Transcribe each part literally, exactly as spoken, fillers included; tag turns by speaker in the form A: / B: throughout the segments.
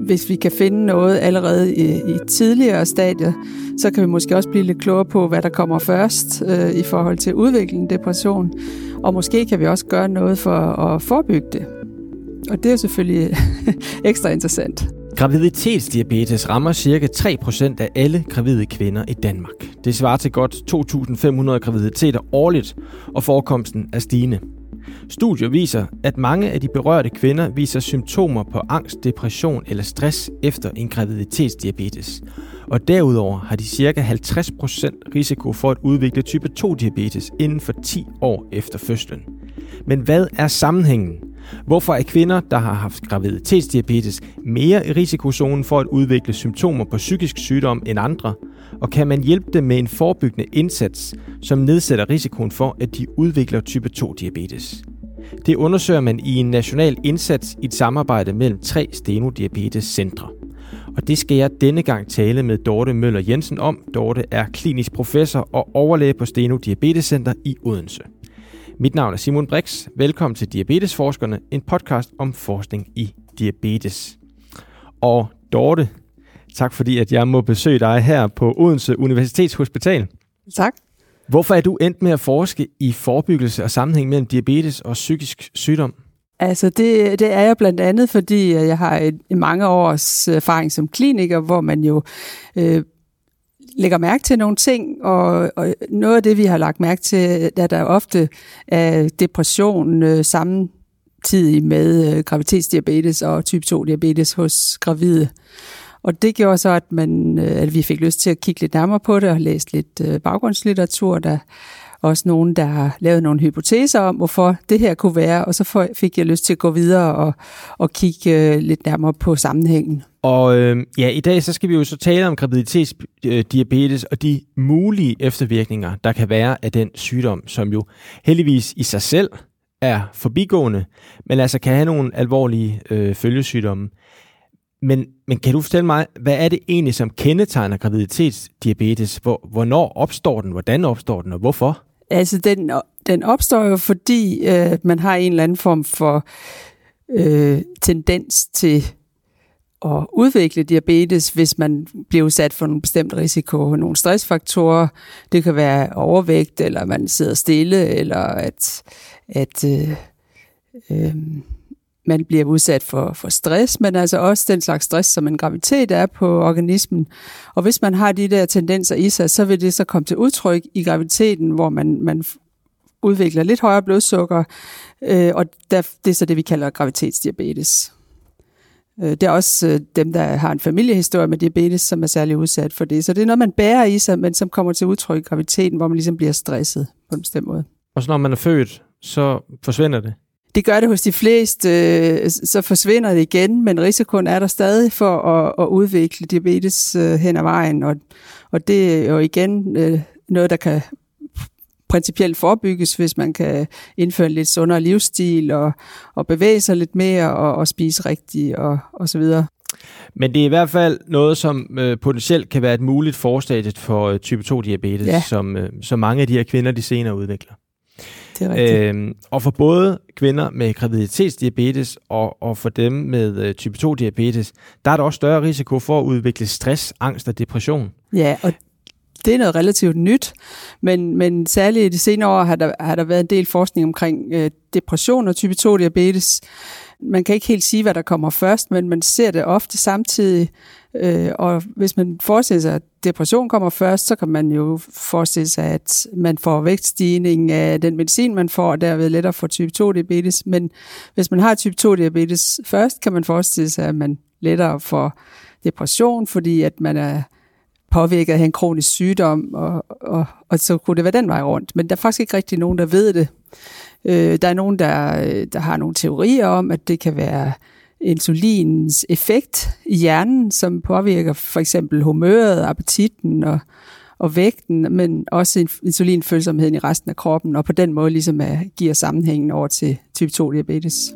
A: hvis vi kan finde noget allerede i, i tidligere stadier, så kan vi måske også blive lidt klogere på, hvad der kommer først øh, i forhold til udviklingen af depression. Og måske kan vi også gøre noget for at forebygge det. Og det er jo selvfølgelig ekstra interessant.
B: Graviditetsdiabetes rammer ca. tre procent af alle gravide kvinder i Danmark. Det svarer til godt to tusind fem hundrede graviditeter årligt, og forekomsten er stigende. Studier viser, at mange af de berørte kvinder viser symptomer på angst, depression eller stress efter en graviditetsdiabetes. Og derudover har de ca. halvtreds procent risiko for at udvikle type to diabetes inden for ti år efter fødslen. Men hvad er sammenhængen? Hvorfor er kvinder, der har haft graviditetsdiabetes, mere i risikozonen for at udvikle symptomer på psykisk sygdom end andre? Og kan man hjælpe dem med en forebyggende indsats, som nedsætter risikoen for, at de udvikler type to diabetes? Det undersøger man i en national indsats i et samarbejde mellem tre stenodiabetescentre. Og det skal jeg denne gang tale med Dorte Møller Jensen om. Dorte er klinisk professor og overlæge på Steno Diabetescenter i Odense. Mit navn er Simon Brix. Velkommen til Diabetesforskerne, en podcast om forskning i diabetes. Og Dorte, tak fordi at jeg må besøge dig her på Odense Universitetshospital.
A: Tak.
B: Hvorfor er du endt med at forske i forebyggelse og sammenhæng mellem diabetes og psykisk sygdom?
A: Altså det, det er jeg blandt andet, fordi jeg har et, et mange års erfaring som kliniker, hvor man jo øh, lægger mærke til nogle ting, og, og noget af det, vi har lagt mærke til, er der ofte er depression øh, samtidig med øh, graviditetsdiabetes og type to diabetes hos gravide. Og det gjorde så, at, man, øh, at vi fik lyst til at kigge lidt nærmere på det og læse lidt øh, baggrundslitteratur. Der også nogen, der har lavet nogle hypoteser om, hvorfor det her kunne være, og så fik jeg lyst til at gå videre og, og kigge øh, lidt nærmere på sammenhængen.
B: Og øh, ja, i dag så skal vi jo så tale om graviditetsdiabetes og de mulige eftervirkninger, der kan være af den sygdom, som jo heldigvis i sig selv er forbigående, men altså kan have nogle alvorlige øh, følgesygdomme. Men, men kan du fortælle mig, hvad er det egentlig, som kendetegner graviditetsdiabetes? Hvor, hvornår opstår den? Hvordan opstår den? Og hvorfor?
A: Altså, den, den opstår jo, fordi øh, man har en eller anden form for øh, tendens til at udvikle diabetes, hvis man bliver udsat for nogle bestemte risiko, nogle stressfaktorer. Det kan være overvægt, eller man sidder stille, eller at, at øh, øh, man bliver udsat for, for stress, men altså også den slags stress, som en graviditet er på organismen. Og hvis man har de der tendenser i sig, så vil det så komme til udtryk i graviditeten, hvor man, man udvikler lidt højere blodsukker, øh, og der, det er så det, vi kalder graviditetsdiabetes. Det er også dem, der har en familiehistorie med diabetes, som er særlig udsat for det. Så det er noget, man bærer i sig, men som kommer til udtryk i graviditeten, hvor man ligesom bliver stresset på en bestemt måde.
B: Og så når man er født, så forsvinder det?
A: Det gør det hos de fleste, så forsvinder det igen, men risikoen er der stadig for at, at udvikle diabetes hen ad vejen. Og, og det er jo igen noget, der kan principielt forebygges, hvis man kan indføre en lidt sundere livsstil og, og bevæge sig lidt mere og, og spise rigtigt og, og så videre.
B: Men det er i hvert fald noget, som øh, potentielt kan være et muligt forstadie for øh, type to diabetes, ja. som, øh, som mange af de her kvinder, de senere udvikler.
A: Det er rigtigt.
B: Øhm, og for både kvinder med graviditetsdiabetes og, og for dem med øh, type to diabetes, der er der også større risiko for at udvikle stress, angst og depression.
A: Ja, og det er noget relativt nyt, men, men særligt i de senere år har der, har der været en del forskning omkring øh, depression og type to diabetes. Man kan ikke helt sige, hvad der kommer først, men man ser det ofte samtidig. Øh, og hvis man forestiller sig, at depression kommer først, så kan man jo forestille sig, at man får vægtstigning af den medicin, man får, og derved lettere får type to diabetes. Men hvis man har type to diabetes først, kan man forestille sig, at man lettere får depression, fordi at man er påvirket af en kronisk sygdom, og, og, og så kunne det være den vej rundt. Men der er faktisk ikke rigtig nogen, der ved det. Øh, der er nogen, der, der har nogle teorier om, at det kan være insulins effekt i hjernen, som påvirker for eksempel humøret, appetitten og, og vægten, men også insulinfølsomheden i resten af kroppen, og på den måde ligesom at giver sammenhængen over til type to diabetes.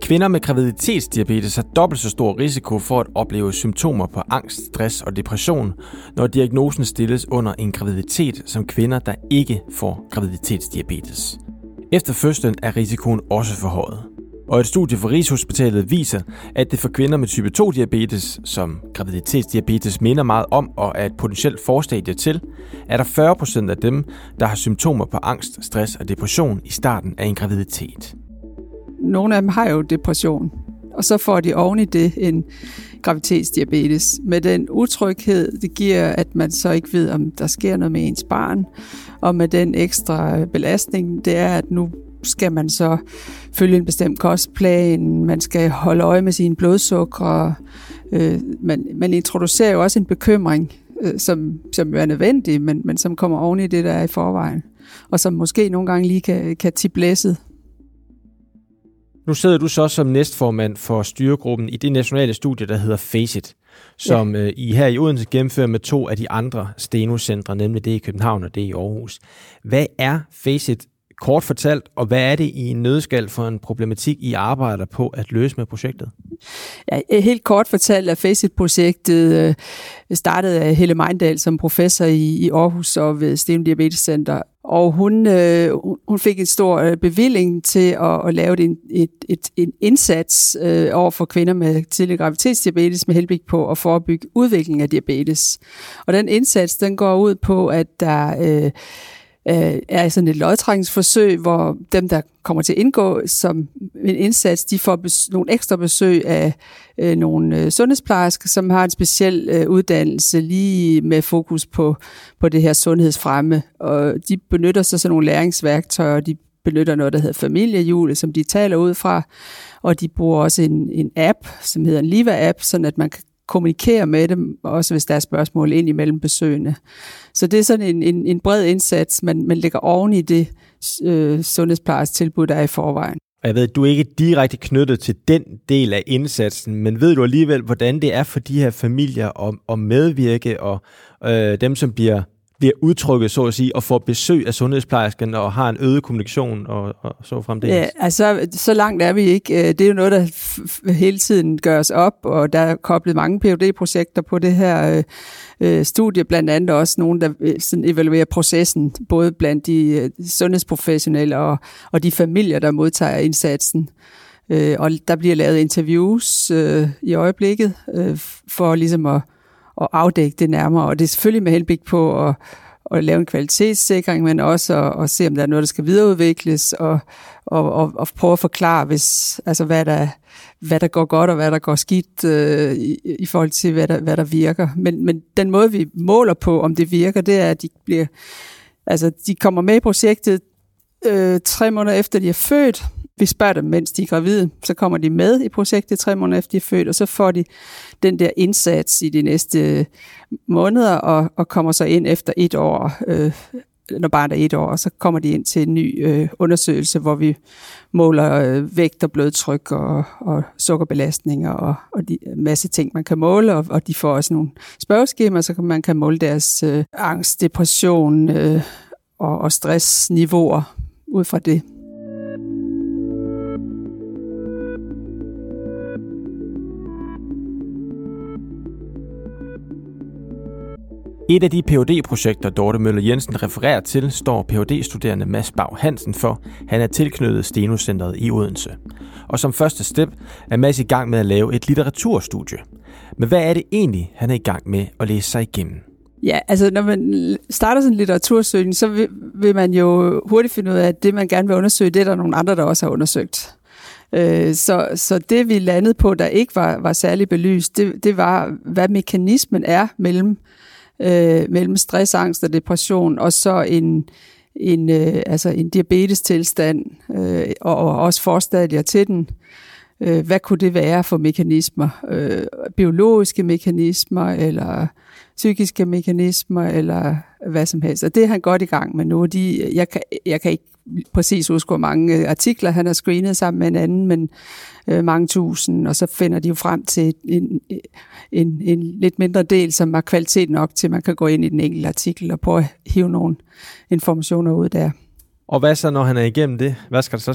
B: Kvinder med graviditetsdiabetes har dobbelt så stor risiko for at opleve symptomer på angst, stress og depression, når diagnosen stilles under en graviditet som kvinder, der ikke får graviditetsdiabetes. Efter fødslen er risikoen også forhøjet. Og et studie fra Rigshospitalet viser, at det for kvinder med type to diabetes, som graviditetsdiabetes minder meget om og er et potentielt forstadie til, er der fyrre procent af dem, der har symptomer på angst, stress og depression i starten af en graviditet.
A: Nogle af dem har jo depression, og så får de oven i det en graviditetsdiabetes. Med den utryghed, det giver, at man så ikke ved, om der sker noget med ens barn, og med den ekstra belastning, det er, at nu skal man så følge en bestemt kostplan, man skal holde øje med sine blodsukker. Øh, man, man introducerer jo også en bekymring, øh, som, som er nødvendig, men, men som kommer oven i det, der er i forvejen, og som måske nogle gange lige kan, kan tippe læsset.
B: Nu sidder du så som næstformand for styregruppen i det nationale studie, der hedder FACEIT, som ja. I her i Odense gennemfører med to af de andre stenocentre, nemlig det i København og det i Aarhus. Hvad er FACEIT kort fortalt, og hvad er det i en nøddeskal for en problematik, I arbejder på at løse med projektet?
A: Ja, helt kort fortalt er FACEIT-projektet startet af Helle Meindal som professor i, i Aarhus og ved Steno Diabetes Center. Og hun, øh, hun fik en stor bevilling til at, at lave et, et, et, en indsats øh, over for kvinder med tidlig graviditetsdiabetes med henblik på at forebygge udvikling af diabetes. Og den indsats, den går ud på, at der øh, er sådan et lodtrækningsforsøg, hvor dem, der kommer til at indgå som en indsats, de får bes- nogle ekstra besøg af øh, nogle øh, sundhedsplejersker, som har en speciel øh, uddannelse lige med fokus på, på det her sundhedsfremme. Og de benytter sig sådan nogle læringsværktøjer, de benytter noget, der hedder familiehjulet, som de taler ud fra, og de bruger også en, en app, som hedder en Liva-app, sådan at man kan kommunikere med dem, også hvis der er spørgsmål ind imellem besøgende. Så det er sådan en, en, en bred indsats, man, man lægger oven i det øh, sundhedsplejerstilbud, der er i forvejen.
B: Jeg ved, at du er ikke direkte knyttet til den del af indsatsen, men ved du alligevel, hvordan det er for de her familier at, at medvirke, og øh, dem, som bliver, bliver udtrykket, så at sige, og får besøg af sundhedsplejersken og har en øget kommunikation og, og så fremdeles?
A: Ja, altså så langt er vi ikke. Det er jo noget, der f- hele tiden gøres op, og der er koblet mange P H D-projekter på det her øh, studie, blandt andet også nogle, der sådan evaluerer processen, både blandt de øh, sundhedsprofessionelle og, og de familier, der modtager indsatsen. Øh, og der bliver lavet interviews øh, i øjeblikket, øh, for ligesom at, at afdække det nærmere, og det er selvfølgelig med henblik på at at lave en kvalitetssikring, men også at, at se, om der er noget, der skal videreudvikles, og, og, og, og prøve at forklare, hvis, altså, hvad, der, hvad der går godt, og hvad der går skidt, øh, i, i forhold til, hvad der, hvad der virker. Men, men den måde, vi måler på, om det virker, det er, at de, bliver, altså, de kommer med i projektet øh, tre måneder efter, de er født. Vi spørger dem, mens de er gravide, så kommer de med i projektet tre måneder efter, de er født, og så får de den der indsats i de næste måneder, og, og kommer så ind efter et år, øh, når barnet er et år, og så kommer de ind til en ny øh, undersøgelse, hvor vi måler øh, vægt og blodtryk og, og sukkerbelastninger og, og de masse ting, man kan måle, og, og de får også nogle spørgeskemaer, så man kan måle deres øh, angst, depression øh, og, og stressniveauer ud fra det.
B: Et af de P H D-projekter, Dorte Møller Jensen refererer til, står P H D-studerende Mads Bag Hansen for. Han er tilknyttet Steno-centret i Odense. Og som første step er Mads i gang med at lave et litteraturstudie. Men hvad er det egentlig, han er i gang med at læse sig igennem?
A: Ja, altså når man starter sådan en litteratursøgning, så vil, vil man jo hurtigt finde ud af, at det, man gerne vil undersøge, det er der nogle andre, der også har undersøgt. Så, så det, vi landede på, der ikke var, var særlig belyst, det, det var, hvad mekanismen er mellem Øh, mellem stress, angst og depression, og så en, en, øh, altså en diabetestilstand, øh, og, og også forstadier til den. Øh, hvad kunne det være for mekanismer? Øh, biologiske mekanismer, eller psykiske mekanismer, eller hvad som helst. Og det er han godt i gang med nu. De, jeg, kan, jeg kan ikke præcis huske, hvor mange artikler han har screenet sammen med en anden, men øh, mange tusind, og så finder de jo frem til en, en, en lidt mindre del, som har kvalitet nok til, at man kan gå ind i den enkelte artikel og prøve at hive nogle informationer ud der.
B: Og hvad så, når han er igennem det? Hvad skal der så ske?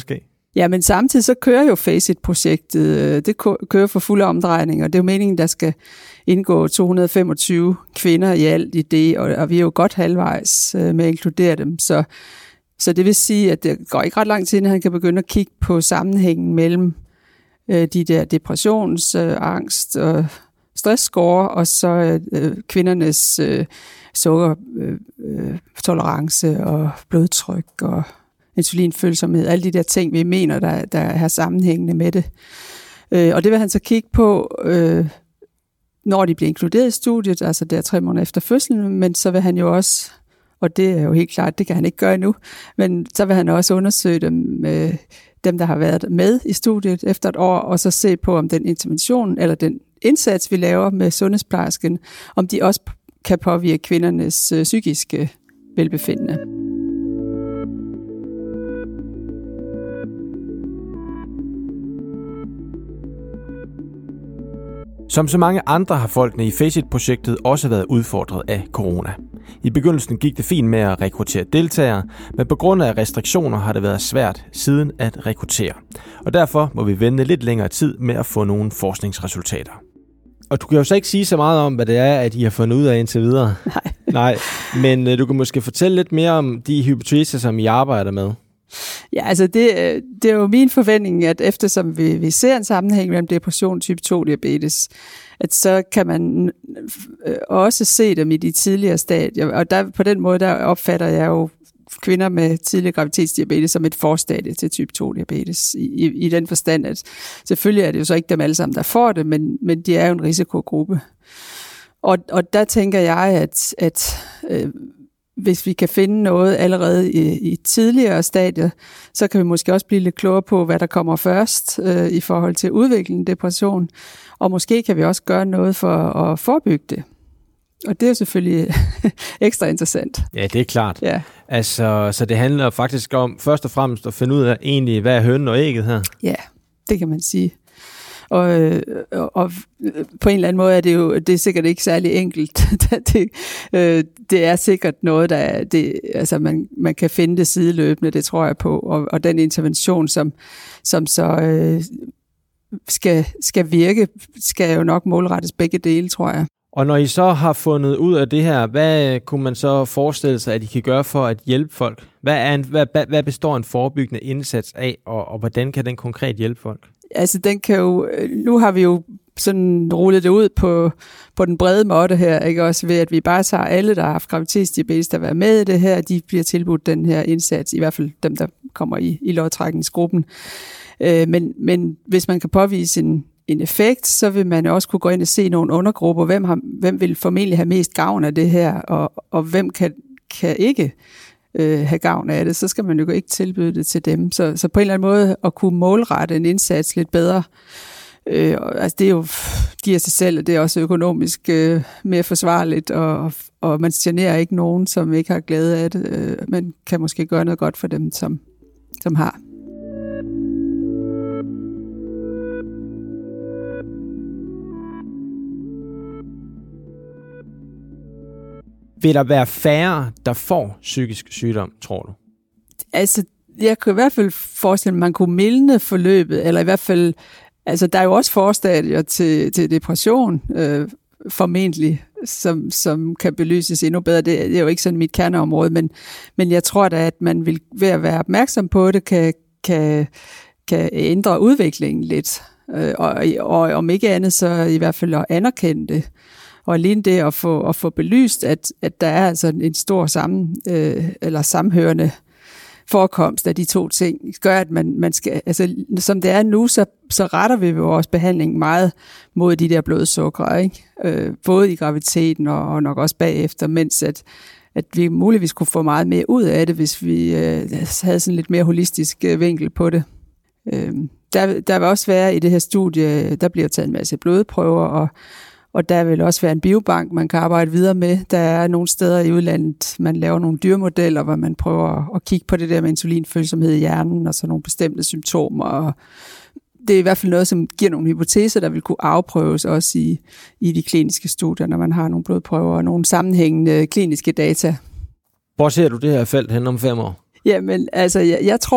A: Ja, men samtidig så kører jo FACEIT-projektet, det kører for fulde omdrejninger, og det er jo meningen, der skal indgå to hundrede og femogtyve kvinder i alt i det, og, og vi er jo godt halvvejs med at inkludere dem, så, så det vil sige, at det går ikke ret lang tid, inden han kan begynde at kigge på sammenhængen mellem øh, de der depressions, øh, angst og stressscore, og så øh, kvindernes øh, sukkertolerance øh, og blodtryk og insulinfølsomhed, alle de der ting, vi mener, der, der er sammenhængende med det. Øh, og det vil han så kigge på, øh, når de bliver inkluderet i studiet, altså der tre måneder efter fødslen, men så vil han jo også, og det er jo helt klart, det kan han ikke gøre endnu, men så vil han også undersøge dem, øh, dem der har været med i studiet efter et år, og så se på, om den intervention, eller den indsats, vi laver med sundhedsplejersken, om de også kan påvirke kvindernes øh, psykiske velbefindende.
B: Som så mange andre har folkene i FACEIT-projektet også været udfordret af corona. I begyndelsen gik det fint med at rekruttere deltagere, men på grund af restriktioner har det været svært siden at rekruttere. Og derfor må vi vente lidt længere tid med at få nogle forskningsresultater. Og du kan jo så ikke sige så meget om, hvad det er, at I har fundet ud af indtil videre.
A: Nej.
B: Nej, men øh, du kan måske fortælle lidt mere om de hypoteser, som I arbejder med.
A: Ja, altså det, det er jo min forventning, at eftersom vi, vi ser en sammenhæng mellem depression og type to diabetes, at så kan man også se dem i de tidligere stadier. Og der, på den måde, der opfatter jeg jo kvinder med tidlig graviditetsdiabetes som et forstadie til type to diabetes. I, i, i den forstand, at selvfølgelig er det jo så ikke dem alle sammen, der får det, men, men de er jo en risikogruppe. Og, og der tænker jeg, at, at øh, hvis vi kan finde noget allerede i, i tidligere stadier, så kan vi måske også blive lidt klogere på, hvad der kommer først øh, i forhold til at udvikle en depression. Og måske kan vi også gøre noget for at forebygge det. Og det er selvfølgelig ekstra interessant.
B: Ja, det er klart.
A: Ja.
B: Altså, så det handler faktisk om først og fremmest at finde ud af egentlig, hvad er hønen og ægget her?
A: Ja, det kan man sige. Og, og, og på en eller anden måde er det jo, det er sikkert ikke særlig enkelt. det, øh, det er sikkert noget, der er, det, altså man, man kan finde det sideløbende, det tror jeg på. Og, og den intervention, som, som så øh, skal, skal virke, skal jo nok målrettes begge dele, tror jeg.
B: Og når I så har fundet ud af det her, hvad kunne man så forestille sig, at I kan gøre for at hjælpe folk? Hvad, er en, hvad, hvad består en forebyggende indsats af, og, og hvordan kan den konkret hjælpe folk?
A: Altså den kan jo, nu har vi jo sådan rullet det ud på, på den brede måde her, ikke også ved, at vi bare tager alle, der har haft graviditetsdiabetes, der er med i det her, de bliver tilbudt den her indsats, i hvert fald dem, der kommer i, i lodtrækningsgruppen. Øh, men, men hvis man kan påvise en, en effekt, så vil man også kunne gå ind og se nogle undergrupper, hvem, har, hvem vil formentlig have mest gavn af det her, og, og hvem kan, kan ikke øh, have gavn af det, så skal man jo ikke tilbyde det til dem. Så, så på en eller anden måde at kunne målrette en indsats lidt bedre, øh, altså det er jo, giver sig selv, og det er også økonomisk øh, mere forsvarligt, og, og man generer ikke nogen, som ikke har glæde af det, øh, men kan måske gøre noget godt for dem, som, som har.
B: Vil der være færre, der får psykisk sygdom, tror du?
A: Altså, jeg kan i hvert fald forestille mig, at man kunne mildne forløbet, eller i hvert fald, altså der er jo også forstadier til, til depression, øh, formentlig, som, som kan belyses endnu bedre. Det, det er jo ikke sådan mit kerneområde, men, men jeg tror da, at man vil ved at være opmærksom på det, kan, kan, kan ændre udviklingen lidt. Øh, og, og om ikke andet, så i hvert fald at anerkende det. Og alene det at få, at få belyst, at, at der er altså en stor sammen, øh, eller samhørende forekomst af de to ting, gør, at man, man skal, altså som det er nu, så, så retter vi vores behandling meget mod de der blodsukker, ikke? Øh, både i graviditeten og, og nok også bagefter, mens at, at vi muligvis kunne få meget mere ud af det, hvis vi øh, havde sådan lidt mere holistisk øh, vinkel på det. Øh, der, der vil også være i det her studie, der bliver taget en masse blodprøver, og Og der vil også være en biobank, man kan arbejde videre med. Der er nogle steder i udlandet, man laver nogle dyremodeller, hvor man prøver at kigge på det der med insulinfølsomhed i hjernen og så nogle bestemte symptomer. Og det er i hvert fald noget, som giver nogle hypoteser, der vil kunne afprøves også i, i de kliniske studier, når man har nogle blodprøver og nogle sammenhængende kliniske data.
B: Hvor ser du det her felt hen om fem år?
A: Jamen, altså, jeg, jeg tror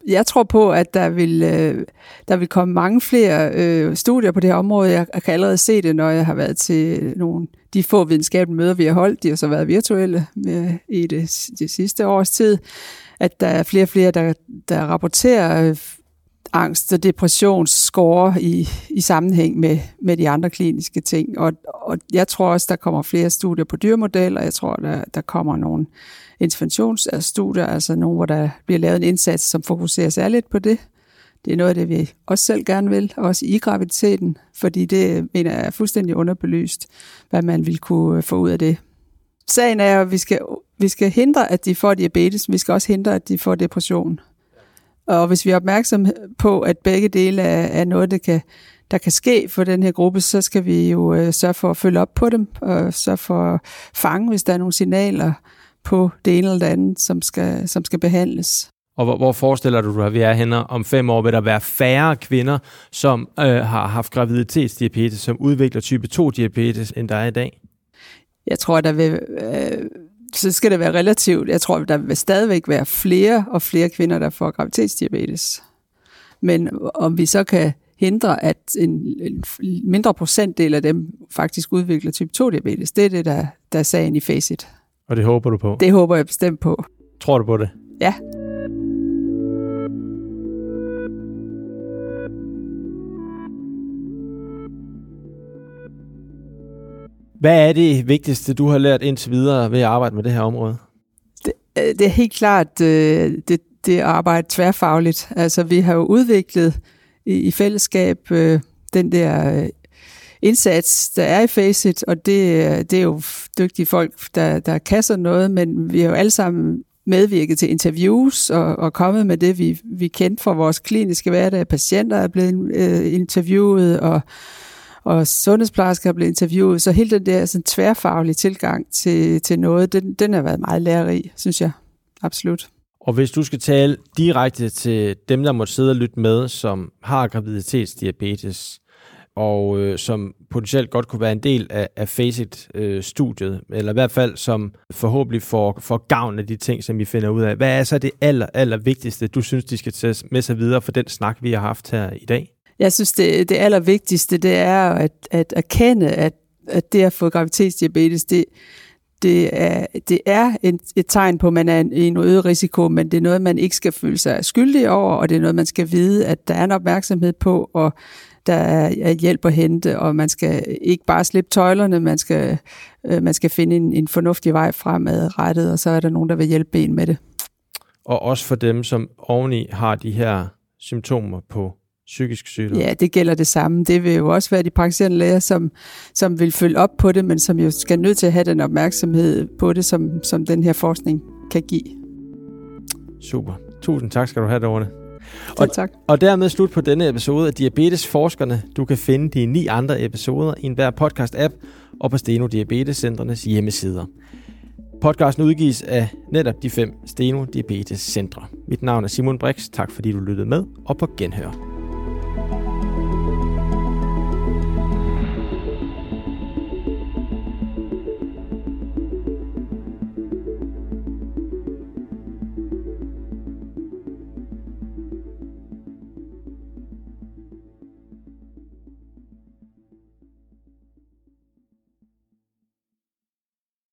A: jeg tror på, at der vil, øh, der vil komme mange flere øh, studier på det her område. Jeg, jeg kan allerede se det, når jeg har været til nogle de få videnskabelige møder, vi har holdt. De har så været virtuelle med, i det, det sidste års tid. At der er flere og flere, der, der rapporterer øh, angst og depressionsscore i, i sammenhæng med, med de andre kliniske ting. Og, og jeg tror også, der kommer flere studier på dyrmodeller. Jeg tror, der, der kommer nogle interventionsstudier, altså nogle, hvor der bliver lavet en indsats, som fokuserer særligt på det. Det er noget af det, vi også selv gerne vil, også i graviditeten, fordi det mener jeg er fuldstændig underbelyst, hvad man vil kunne få ud af det. Sagen er, at vi skal, vi skal hindre, at de får diabetes, men vi skal også hindre, at de får depression. Og hvis vi er opmærksom på, at begge dele er, er noget, der kan, der kan ske for den her gruppe, så skal vi jo øh, sørge for at følge op på dem, og sørge for at fange, hvis der er nogle signaler på det ene eller det andet, som skal, som skal behandles.
B: Og hvor, hvor forestiller du dig, at vi er henne om fem år? Vil der være færre kvinder, som øh, har haft graviditetsdiabetes, som udvikler type to diabetes, end der er i dag?
A: Jeg tror, der vil... Øh, så skal det være relativt. Jeg tror, der vil stadigvæk være flere og flere kvinder, der får graviditetsdiabetes. Men om vi så kan hindre, at en, en mindre procentdel af dem faktisk udvikler type to diabetes, det er det, der, der er sagen i Faceit.
B: Og det håber du på?
A: Det håber jeg bestemt på.
B: Tror du på det?
A: Ja.
B: Hvad er det vigtigste, du har lært indtil videre ved at arbejde med det her område?
A: Det, det er helt klart det, det arbejde tværfagligt. Altså, vi har jo udviklet i, i fællesskab den der indsats, der er i Faceit, og det, det er jo dygtige folk, der, der kan sådan noget, men vi har jo alle sammen medvirket til interviews og, og kommet med det, vi, vi kendte fra vores kliniske hverdag. Patienter er blevet øh, interviewet, og og sundhedsplejersker er blevet interviewet, så hele den der sådan, tværfaglige tilgang til, til noget, den, den har været meget lærerig, synes jeg. Absolut.
B: Og hvis du skal tale direkte til dem, der måtte sidde og lytte med, som har graviditetsdiabetes, og øh, som potentielt godt kunne være en del af, af Faceit-studiet, øh, eller i hvert fald som forhåbentlig får, får gavn af de ting, som vi finder ud af. Hvad er så det aller, aller vigtigste, du synes, de skal tage med sig videre for den snak, vi har haft her i dag?
A: Jeg synes, det, det allervigtigste, det er at, at erkende, at, at det at få graviditetsdiabetes, det, det er, det er et, et tegn på, at man er i en øget risiko, men det er noget, man ikke skal føle sig skyldig over, og det er noget, man skal vide, at der er en opmærksomhed på, og der er hjælp at hente, og man skal ikke bare slippe tøjlerne, man skal, øh, man skal finde en, en fornuftig vej fremadrettet, og så er der nogen, der vil hjælpe en med det.
B: Og også for dem, som oveni har de her symptomer på psykisk sygdom.
A: Ja, det gælder det samme. Det vil jo også være de praktiserende læger, som, som vil følge op på det, men som jo skal nødt til at have den opmærksomhed på det, som, som den her forskning kan give.
B: Super. Tusind tak skal du have derovre.
A: Og, tak.
B: Og dermed slut på denne episode af Diabetesforskerne. Du kan finde de ni andre episoder i enhver podcast-app og på Steno Diabetescentrenes hjemmesider. Podcasten udgives af netop de fem Steno Diabetes Centre. Mit navn er Simon Brix. Tak fordi du lyttede med, og på genhør.